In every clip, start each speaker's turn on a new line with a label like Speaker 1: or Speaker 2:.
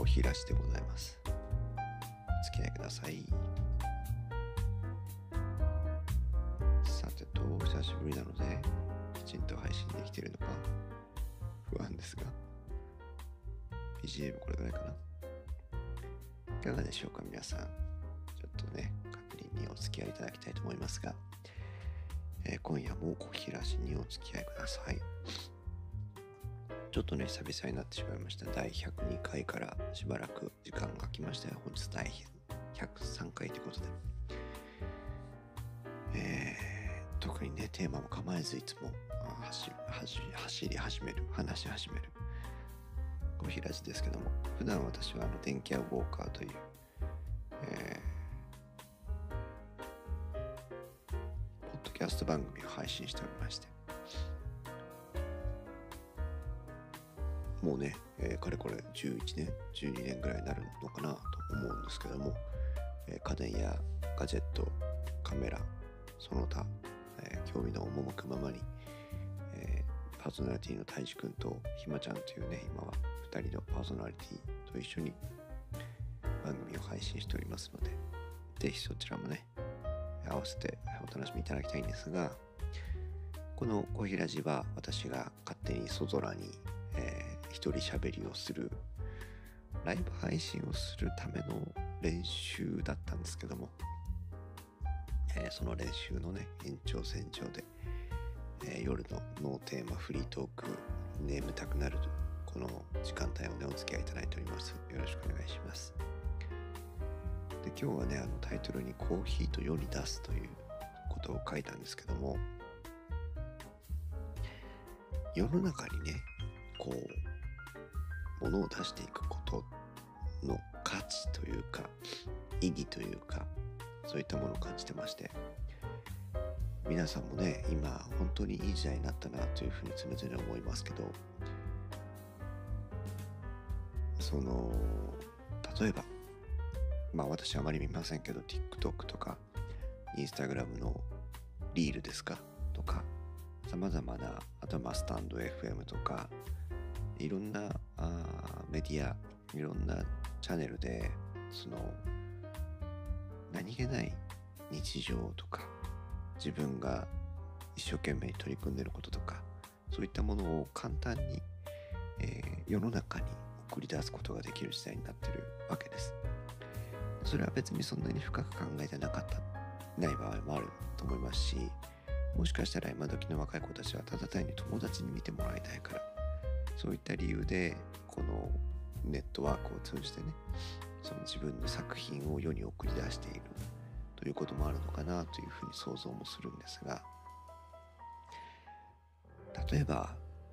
Speaker 1: ヒーラジでございます。お付き合いください。さてと、久しぶりなのできちんと配信できているのか不安ですが、 BGM これぐらいかな。いかがでしょうか皆さん。ちょっとね、確認にお付き合いいただきたいと思いますが、今夜も小ヒラジにお付き合いください。ちょっとね、久々になってしまいました。第102回からしばらく時間が空きましたよ。本日第103回ということで、特にね、テーマも構えずいつも話し始める小ヒラジですけども、普段私は電気屋ウォーカーという、ポッドキャスト番組を配信しておりまして、もうね、かれこれ11年12年ぐらいになるのかなと思うんですけども、家電やガジェット、カメラ、その他、興味の赴くままに、パーソナリティのたいじくんとひまちゃんというね、今は2人のパーソナリティと一緒に番組を配信しておりますので、ぜひそちらもね、合わせてお楽しみいただきたいんですが、この小ヒラジは私が勝手にそ空に一人喋りをするライブ配信をするための練習だったんですけども、その練習のね延長線上で、夜のノーテーマフリートーク、眠たくなるこの時間帯をねお付き合いいただいております。よろしくお願いします。で、今日はねタイトルにコーヒーと世に出すということを書いたんですけども、世の中にねこう物を出していくことの価値というか意義というか、そういったものを感じてまして、皆さんもね今本当にいい時代になったなというふうに常々思いますけど、例えば私あまり見ませんけど TikTok とか Instagram のリールですかとか、さまざまな、あとはスタンド FM とかいろんなメディア、いろんなチャンネルで何気ない日常とか自分が一生懸命に取り組んでいることとか、そういったものを簡単に、世の中に送り出すことができる時代になっているわけです。それは別にそんなに深く考えてない場合もあると思いますし、もしかしたら今時の若い子たちはただ単に友達に見てもらいたいから、そういった理由でこのネットワークを通じてね、その自分の作品を世に送り出しているということもあるのかなというふうに想像もするんですが、例えば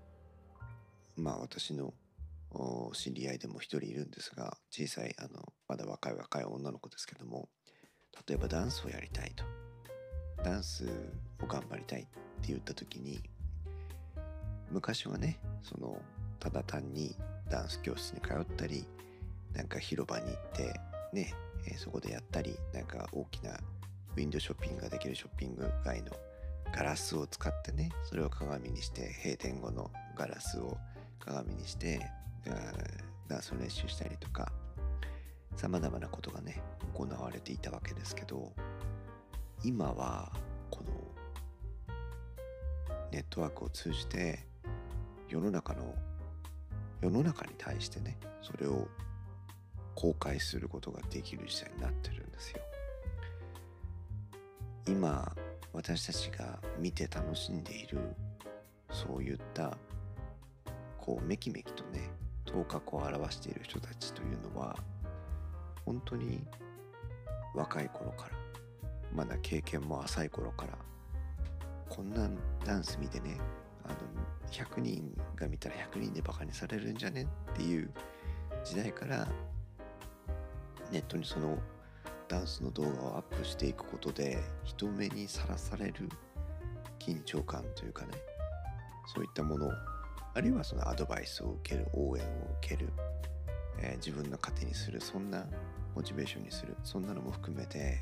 Speaker 1: 私の知り合いでも一人いるんですが、小さいまだ若い女の子ですけども、例えばダンスをやりたいと、ダンスを頑張りたいって言った時に、昔はねただ単にダンス教室に通ったり、なんか広場に行ってね、そこでやったり、なんか大きなウィンドウショッピングができるショッピング街のガラスを使ってね、それを鏡にして閉店後のガラスを鏡にしてダンスを練習したりとか、さまざまなことがね行われていたわけですけど、今はこのネットワークを通じて世の中に対してね、それを公開することができる時代になってるんですよ。今私たちが見て楽しんでいる、そういっためきめきとね頭角を現している人たちというのは、本当に若い頃から、まだ経験も浅い頃から、こんなダンス見てね100人が見たら100人でバカにされるんじゃねっていう時代から、ネットにそのダンスの動画をアップしていくことで人目にさらされる緊張感というかね、そういったもの、あるいはそのアドバイスを受ける、応援を受ける、自分の糧にする、そんなモチベーションにする、そんなのも含めて、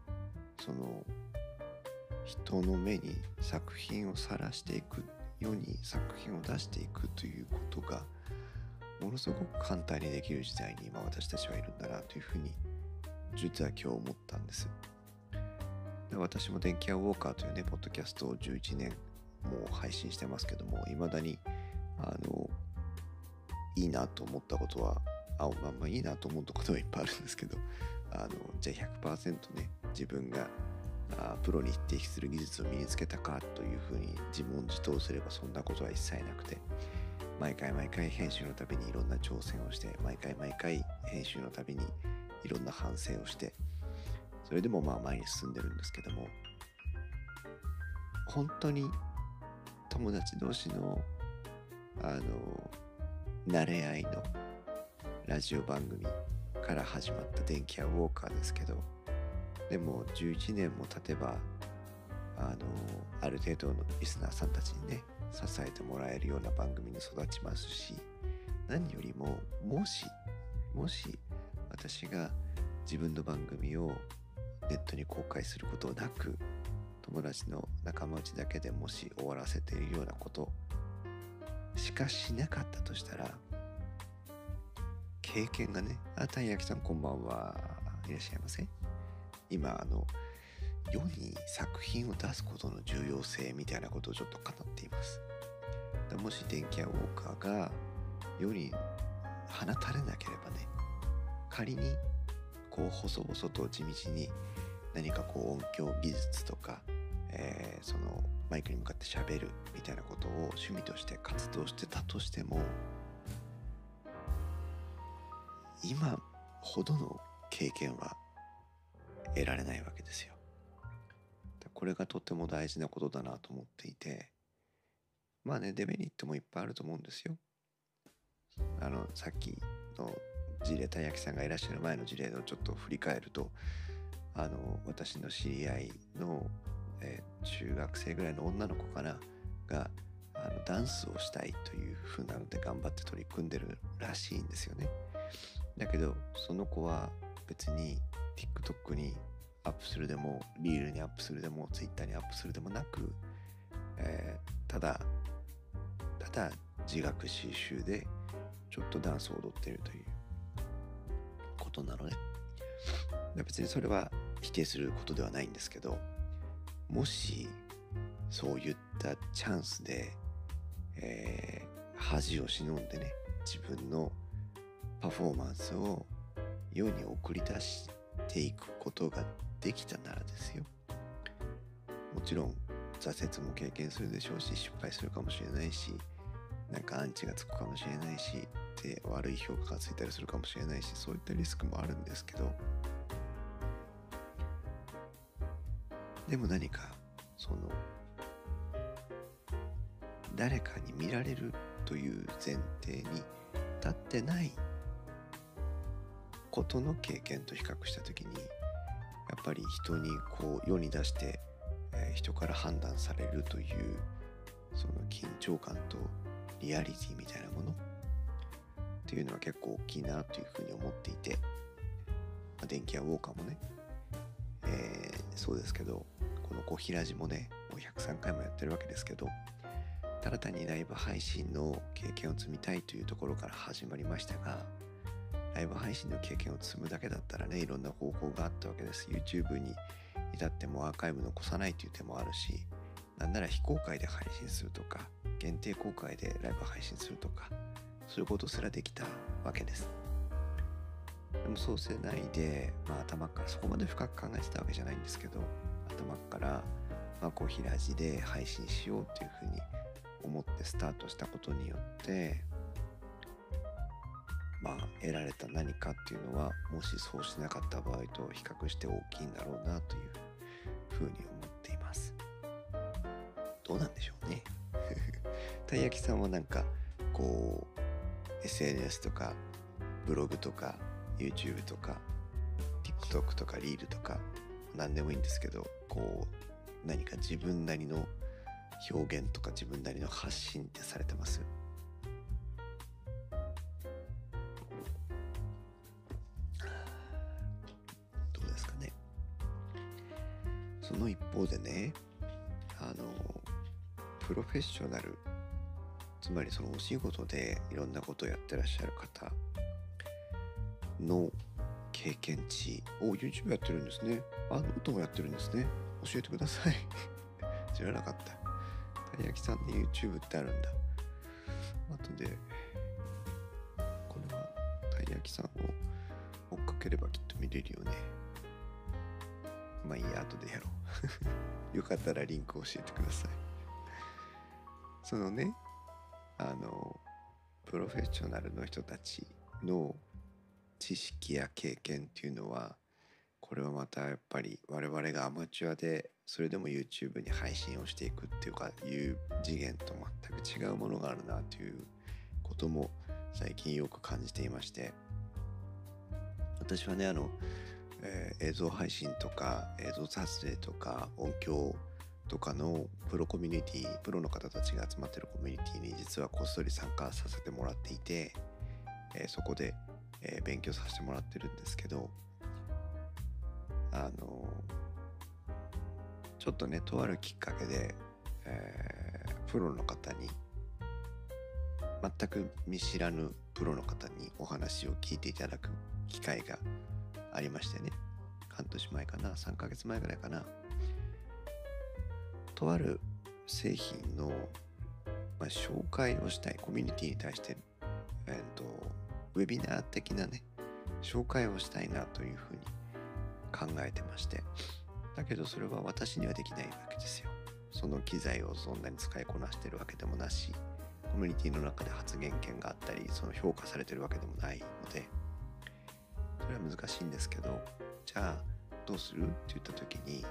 Speaker 1: 人の目に作品を晒していく、世に作品を出していくということがものすごく簡単にできる時代に今私たちはいるんだなというふうに実は今日思ったんです。で私も電気屋ウォーカーというねポッドキャストを11年もう配信してますけども、いまだにいいなと思ったことはまあいいなと思ったことはいっぱいあるんですけど、じゃあ 100% ね自分がプロに匹敵する技術を身につけたかというふうに自問自答すればそんなことは一切なくて、毎回編集のたびにいろんな挑戦をして、毎回編集のたびにいろんな反省をして、それでもまあ前に進んでるんですけども、本当に友達同士の慣れ合いのラジオ番組から始まった電気屋ウォーカーですけど、でも11年も経てばある程度のリスナーさんたちにね支えてもらえるような番組に育ちますし、何よりももし私が自分の番組をネットに公開することなく、友達の仲間内だけでもし終わらせているようなことしかしなかったとしたら、経験がね、たい焼きさんこんばんは、いらっしゃいませ。今世に作品を出すことの重要性みたいなことをちょっと語っています。もし電気屋ウォーカーが世に放たれなければね、仮にこう細々と地道に何かこう音響技術とか、そのマイクに向かって喋るみたいなことを趣味として活動してたとしても、今ほどの経験は得られないわけですよ。これがとっても大事なことだなと思っていて、まあね、デメリットもいっぱいあると思うんですよ。さっきの事例、たい焼きさんがいらっしゃる前の事例をちょっと振り返ると、私の知り合いの、中学生ぐらいの女の子かながダンスをしたいという風なので頑張って取り組んでるらしいんですよね。だけどその子は別に TikTok にアップするでもリールにアップするでも Twitter にアップするでもなく、ただ自学習習でちょっとダンスを踊っているということなのね。別にそれは否定することではないんですけど、もしそういったチャンスで、恥を忍んでね自分のパフォーマンスを世に送り出していくことができたならですよ、もちろん挫折も経験するでしょうし、失敗するかもしれないし、なんかアンチがつくかもしれないし、で悪い評価がついたりするかもしれないし、そういったリスクもあるんですけど、でも何かその誰かに見られるという前提に立ってないことの経験と比較したときに、やっぱり人にこう世に出して、人から判断されるというその緊張感とリアリティみたいなものっていうのは結構大きいなというふうに思っていて、電気屋ウォーカーもね、そうですけど、この小平寺もねもう103回もやってるわけですけど、ただ単にライブ配信の経験を積みたいというところから始まりましたが、ライブ配信の経験を積むだけだったらね、いろんな方法があったわけです。 YouTube に至ってもアーカイブ残さないという手もあるし、なんなら非公開で配信するとか限定公開でライブ配信するとか、そういうことすらできたわけです。でもそうせないで、頭からそこまで深く考えてたわけじゃないんですけど、頭から、小平寺で配信しようっていうふうに思ってスタートしたことによって、得られた何かっていうのは、もしそうしなかった場合と比較して大きいんだろうなというふうに思っています。どうなんでしょうね。たい焼きさんはなんかこう SNS とかブログとか YouTube とか TikTok とかリールとか何でもいいんですけど、こう何か自分なりの表現とか自分なりの発信ってされてます？どうですかね。その一方でね、プロフェッショナルつまりそのお仕事でいろんなことをやってらっしゃる方の経験値を YouTube やってるんですね。ノートもやってるんですね。教えてください。知らなかった。たい焼きさんで YouTube ってあるんだ。後でこれはたい焼きさんを追っかければきっと見れるよね。まあいいや、後でやろう。よかったらリンク教えてください。そのね、プロフェッショナルの人たちの知識や経験っていうのは、これはまたやっぱり我々がアマチュアでそれでも YouTube に配信をしていくっていうかいう次元と全く違うものがあるなということも最近よく感じていまして、私はね映像配信とか映像撮影とか音響とかのプロコミュニティ、プロの方たちが集まってるコミュニティに実はこっそり参加させてもらっていて、そこで、勉強させてもらってるんですけど、ちょっとね、とあるきっかけで、プロの方に、全く見知らぬプロの方にお話を聞いていただく機会がありましてね、半年前かな、3ヶ月前ぐらいかな、とある製品の、紹介をしたい、コミュニティに対して、ウェビナー的なね、紹介をしたいなというふうに考えてまして、だけどそれは私にはできないわけですよ。その機材をそんなに使いこなしてるわけでもなし、コミュニティの中で発言権があったり、その評価されてるわけでもないので、それは難しいんですけど、じゃあどうするって言った時に、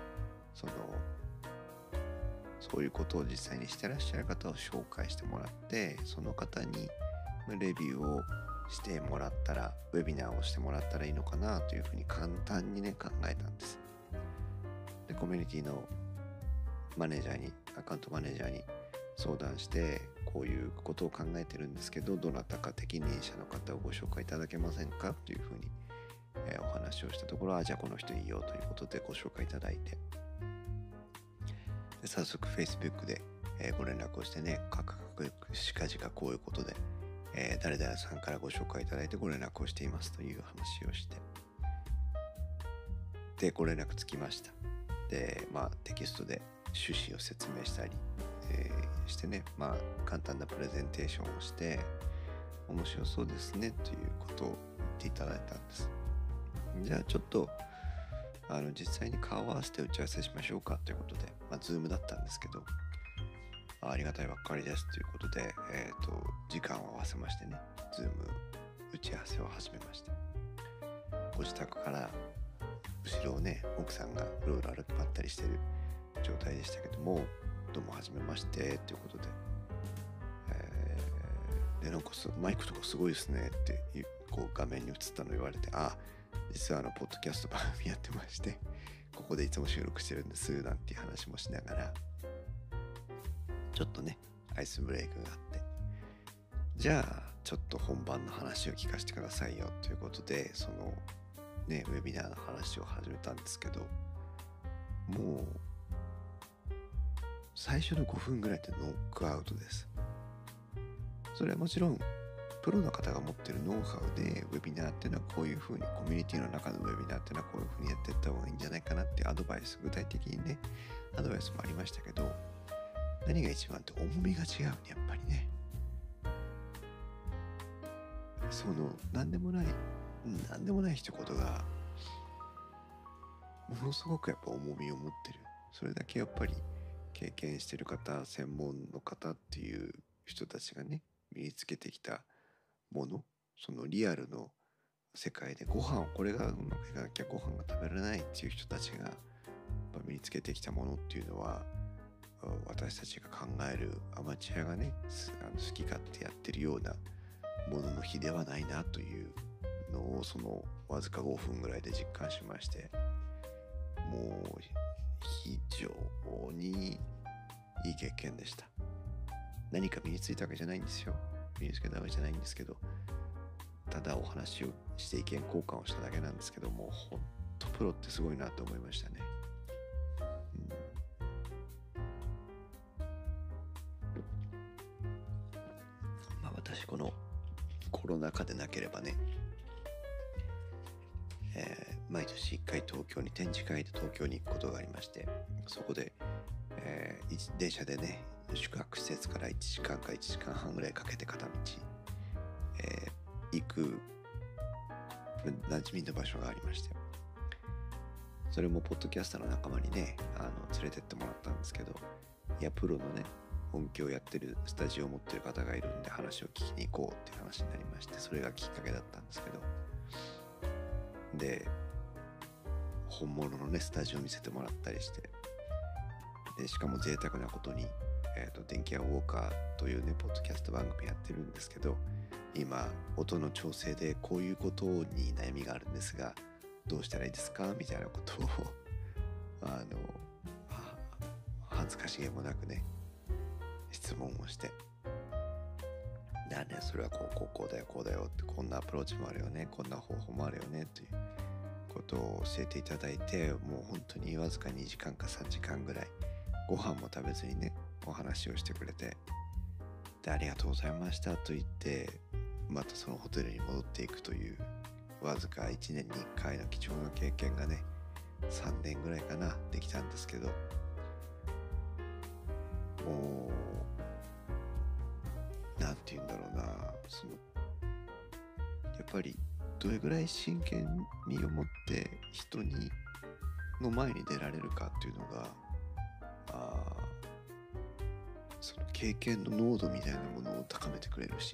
Speaker 1: そういうことを実際にしてらっしゃる方を紹介してもらって、その方にレビューをしてもらったら、ウェビナーをしてもらったらいいのかなというふうに簡単にね考えたんです。で、コミュニティのマネージャーに、アカウントマネージャーに相談して、こういうことを考えてるんですけど、どなたか適任者の方をご紹介いただけませんかというふうに、お話をしたところ、じゃあこの人いいよということでご紹介いただいて、で早速 Facebook で、ご連絡をしてね、近々こういうことで、誰々さんからご紹介いただいてご連絡をしていますという話をして、でご連絡つきました。でテキストで趣旨を説明したり、してね、簡単なプレゼンテーションをして面白そうですねということを言っていただいたんです。じゃあちょっと実際に顔を合わせて打ち合わせしましょうかということで、Zoom だったんですけど、ありがたいばっかりですということで、時間を合わせましてね、Zoom 打ち合わせを始めました。ご自宅から後ろをね、奥さんがうろうろ歩き回ったりしてる状態でしたけども、どうもはじめましてということで、でなんかマイクとかすごいですねってこう画面に映ったの言われて、実はポッドキャスト番組やってまして、ここでいつも収録してるんですなんていう話もしながら、ちょっとねアイスブレイクがあって、じゃあちょっと本番の話を聞かせてくださいよということで、そのねウェビナーの話を始めたんですけど、もう最初の5分ぐらいでノックアウトです。それはもちろんプロの方が持ってるノウハウで、ウェビナーっていうのはこういうふうに、コミュニティの中のウェビナーっていうのはこういうふうにやっていった方がいいんじゃないかなっていうアドバイス、具体的にねアドバイスもありましたけど、何が一番って重みが違うね、やっぱりね。その何でもない一言がものすごくやっぱ重みを持ってる。それだけやっぱり経験してる方、専門の方っていう人たちがね身につけてきたもの、そのリアルの世界でこれがうまくいかなきゃご飯が食べられないっていう人たちがやっぱ身につけてきたものっていうのは、私たちが考えるアマチュアがね好き勝手やってるようなものの比ではないなというのを、そのわずか5分ぐらいで実感しまして、もう非常にいい経験でした。何か身についたわけじゃないんですよ。身につけたわけじゃないんですけど、ただお話をして意見交換をしただけなんですけども、ほんとプロってすごいなと思いましたね。 私このコロナ禍でなければね、毎年1回東京に展示会で東京に行くことがありまして、そこで、電車でね宿泊施設から1時間か1時間半ぐらいかけて片道、行く馴染みの場所がありまして、それもポッドキャスターの仲間にね連れてってもらったんですけど、いやプロのね音響やってるスタジオを持ってる方がいるんで話を聞きに行こうっていう話になりまして、それがきっかけだったんですけど、で本物のねスタジオを見せてもらったりして、でしかも贅沢なことに、電気屋ウォーカーというねポッドキャスト番組やってるんですけど、今音の調整でこういうことに悩みがあるんですがどうしたらいいですかみたいなことを恥ずかしげもなくね質問をして、だねそれはこうだよこうだよって、こんなアプローチもあるよね、こんな方法もあるよねということを教えていただいて、もう本当にわずか2時間か3時間ぐらいご飯も食べずにねお話をしてくれて、でありがとうございましたと言ってまたそのホテルに戻っていくという、わずか1年に1回の貴重な経験がね3年ぐらいかなできたんですけど、もうなんて言うんだろうな、そのやっぱりどれぐらい真剣味を持って人の前に出られるかっていうのがその経験の濃度みたいなものを高めてくれるし、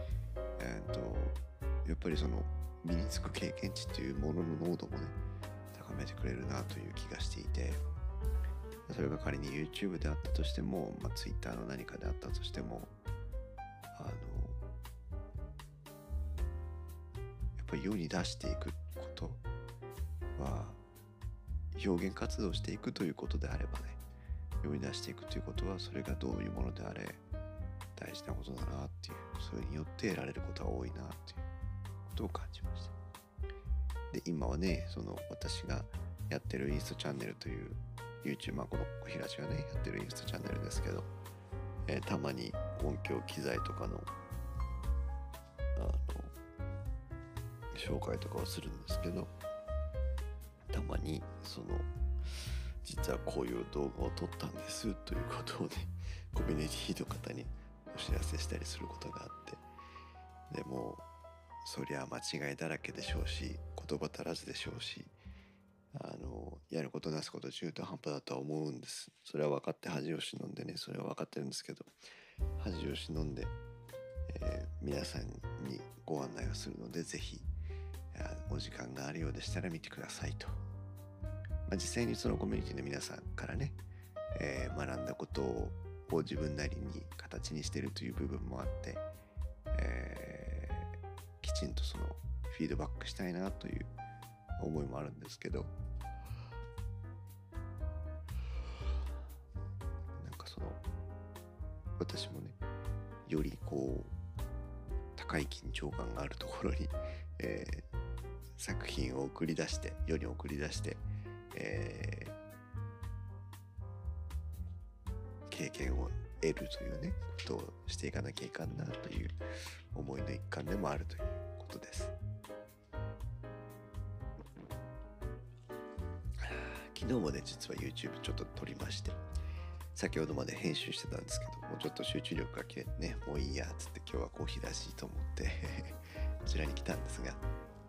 Speaker 1: やっぱりその身につく経験値っていうものの濃度もね高めてくれるなという気がしていて、それが仮に YouTube であったとしても、Twitter の何かであったとしても、やっぱり世に出していくことは、表現活動をしていくということであればね、世に出していくということはそれがどういうものであれ大事なことだなっていう、それによって得られることは多いなっていうことを感じました。で今はねその私がやってるインストチャンネルという YouTube、この小平地がねやってるインストチャンネルですけど、たまに音響機材とかの紹介とかをするんですけど、たまにその実はこういう動画を撮ったんですということをねコミュニティの方にお知らせしたりすることがあって、でもそりゃ間違いだらけでしょうし、言葉足らずでしょうし、やることなすこと中途半端だとは思うんです。それは分かって恥を忍んでね、それは分かってるんですけど、恥を忍んで、皆さんにご案内をするので、ぜひお時間があるようでしたら見てくださいと。実際にそのコミュニティの皆さんからね、学んだことを自分なりに形にしているという部分もあって、きちんとそのフィードバックしたいなという思いもあるんですけど、なんかその私もねよりこう高い緊張感があるところに、作品を送り出して世に送り出して、経験を得るというねことをしていかなきゃいかんなという思いの一環でもあるということです。昨日もね実は YouTube ちょっと撮りまして、先ほどまで編集してたんですけど、もうちょっと集中力が切れてね、もういいやっつって今日はコーヒーらしいと思ってこちらに来たんですが、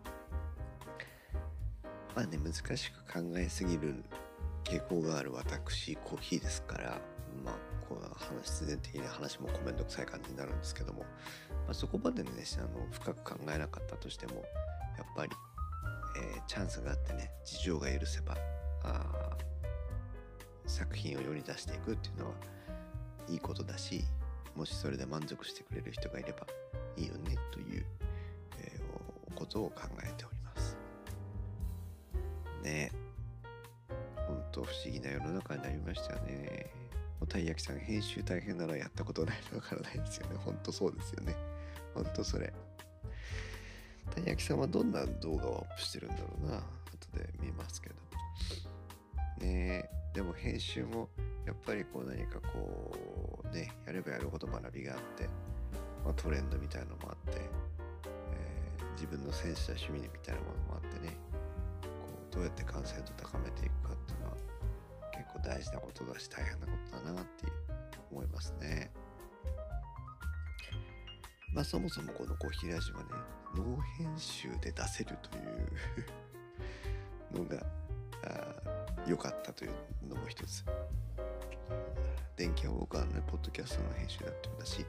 Speaker 1: 難しく考えすぎる傾向がある私コーヒーですから、こう必然的な話もめんどくさい感じになるんですけども、そこまでね深く考えなかったとしてもやっぱり、チャンスがあってね事情が許せば作品を世に出していくっていうのはいいことだし、もしそれで満足してくれる人がいればいいよねという、ことを考えておりますね。本当不思議な世の中になりましたよね。たい焼きさん、編集大変なのはやったことないとわからないですよね。本当そうですよね。本当それ。たい焼きさんはどんな動画をアップしてるんだろうな。後で見ますけどね。でも編集もやっぱりこう何かこうねやればやるほど学びがあって、 トレンドみたいなのもあって、自分のセンスや趣味みたいなものもあってね、どうやって完成度高めていくかっていうのは結構大事なことだし大変なことだなって思いますね。そもそもこのコーヒーラジオはね、ノー編集で出せるというのが良かったというのも一つ。電気屋ウォーカーの、ポッドキャストの編集だってもだし、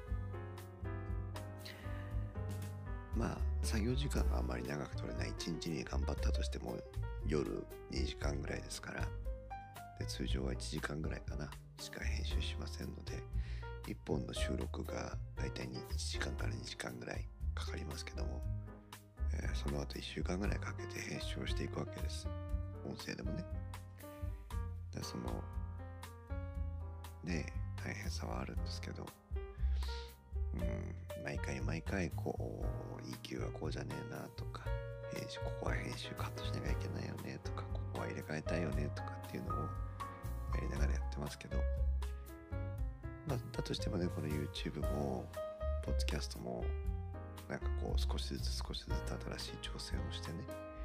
Speaker 1: 作業時間があまり長く取れない、1日に頑張ったとしても夜2時間ぐらいですから、で通常は1時間ぐらいかなしか編集しませんので、1本の収録がだいたい1時間から2時間ぐらいかかりますけども、その後1週間ぐらいかけて編集をしていくわけです。音声でもね。でそのね大変さはあるんですけど、毎回EQ はこうじゃねえなとか、ここは編集カットしなきゃいけないよねとか、ここは入れ替えたいよねとかっていうのをやりながらやってますけど、だとしてもね、この YouTube もポッドキャストも少しずつ新しい挑戦をしてね、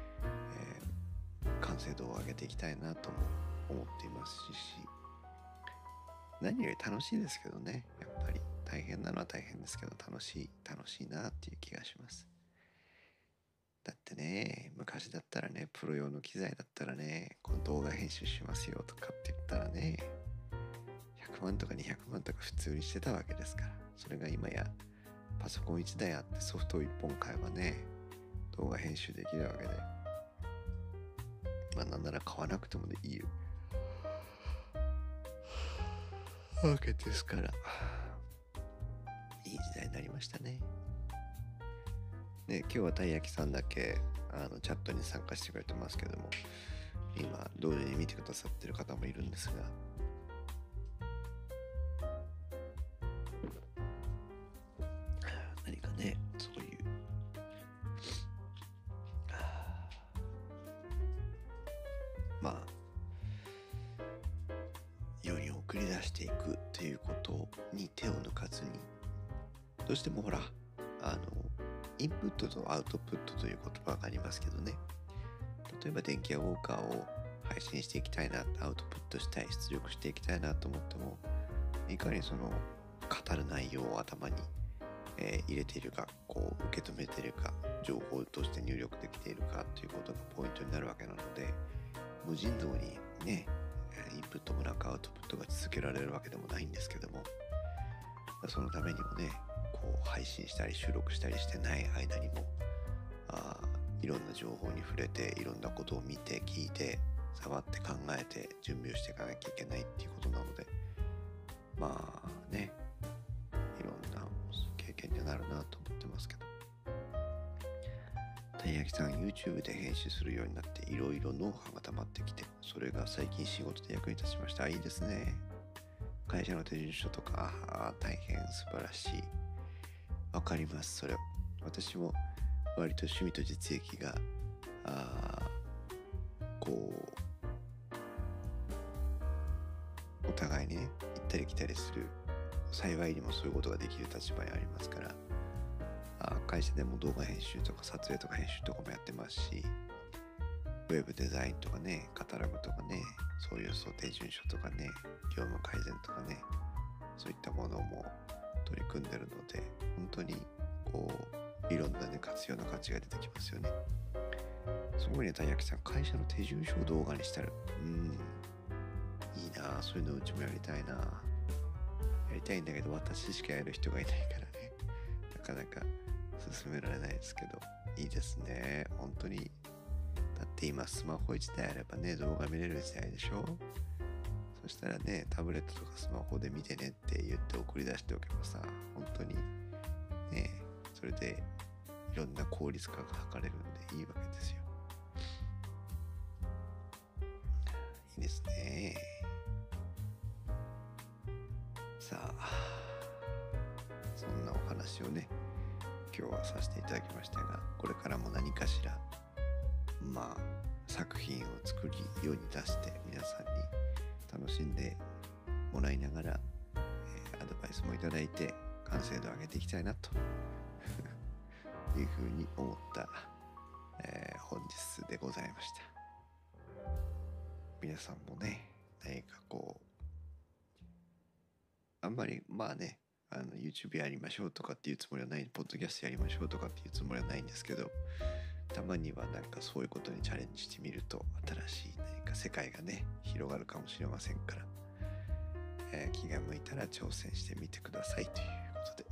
Speaker 1: 完成度を上げていきたいなとも思っていますし、何より楽しいですけどね。やっぱり大変なのは大変ですけど、楽しいなっていう気がします。だってね、昔だったらね、プロ用の機材だったらね、この動画編集しますよとかって言ったらね、100万とか200万とか普通にしてたわけですから、それが今やパソコン1台あってソフトを1本買えばね、動画編集できるわけで、なんなら買わなくてもいいわけですから、いい時代になりましたね。今日はたい焼きさんだけチャットに参加してくれてますけども、今同時に見てくださってる方もいるんですが、何かね、そういう世に送り出していくということに手を抜かずに、どうしてもインプットとアウトプットという言葉がありますけどね、例えば電気屋ウォーカーを配信していきたいな、アウトプットしたい、出力していきたいなと思っても、いかにその語る内容を頭に、入れているか、受け止めているか、情報として入力できているかということがポイントになるわけなので、無尽蔵にね、インプットもなくアウトプットが続けられるわけでもないんですけども、そのためにもね、配信したり収録したりしてない間にもいろんな情報に触れて、いろんなことを見て聞いて触って考えて準備をしていかなきゃいけないっていうことなので、いろんな経験になるなと思ってますけど、たい焼きさん YouTube で編集するようになっていろいろノウハウが溜まってきて、それが最近仕事で役に立ちました。いいですね。会社の手順書とか大変素晴らしい。わかります。それ私も割と趣味と実益がお互いにね、行ったり来たりする、幸いにもそういうことができる立場にありますから、会社でも動画編集とか撮影とか編集とかもやってますし、ウェブデザインとかね、カタログとかね、そういう想定順書とかね、業務改善とかね、そういったものも取り組んでるので、本当にいろんなね、活用の価値が出てきますよね。すごいね、たい焼きさん、会社の手順書を動画にしたる。いいな、そういうのうちもやりたいな。やりたいんだけど、私しかやる人がいないからね、なかなか進められないですけど、いいですね、本当に。だって今スマホ1台あればね、動画見れる時代でしょ。そしたらね、タブレットとかスマホで見てねって言って送り出しておけばさ、本当にね、それでいろんな効率化が図れるんでいいわけですよ。いいですね。さあ、そんなお話をね、今日はさせていただきましたが、これからも何かしら作品を作り世に出して皆さんに楽しんでもらいながら、アドバイスもいただいて完成度を上げていきたいなというふうに思った、本日でございました。皆さんもね、何かあんまりYouTube やりましょうとかっていうつもりはない、ポッドキャストやりましょうとかっていうつもりはないんですけど、たまにはそういうことにチャレンジしてみると新しい何か世界がね広がるかもしれませんから、気が向いたら挑戦してみてくださいということで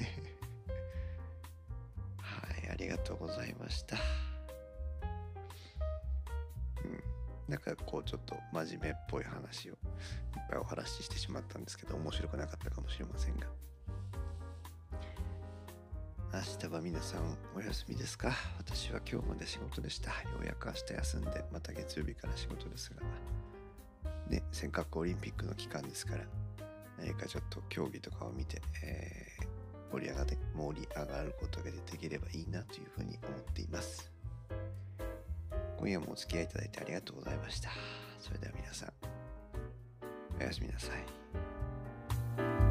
Speaker 1: はい、ありがとうございました。ちょっと真面目っぽい話をいっぱいお話ししてしまったんですけど、面白くなかったかもしれませんが、明日は皆さんお休みですか？私は今日まで仕事でした。ようやく明日休んで、また月曜日から仕事ですがね、尖閣オリンピックの期間ですから、何かちょっと競技とかを見て、盛り上がることができればいいなというふうに思っています。今夜もお付き合いいただいてありがとうございました。それでは皆さん、おやすみなさい。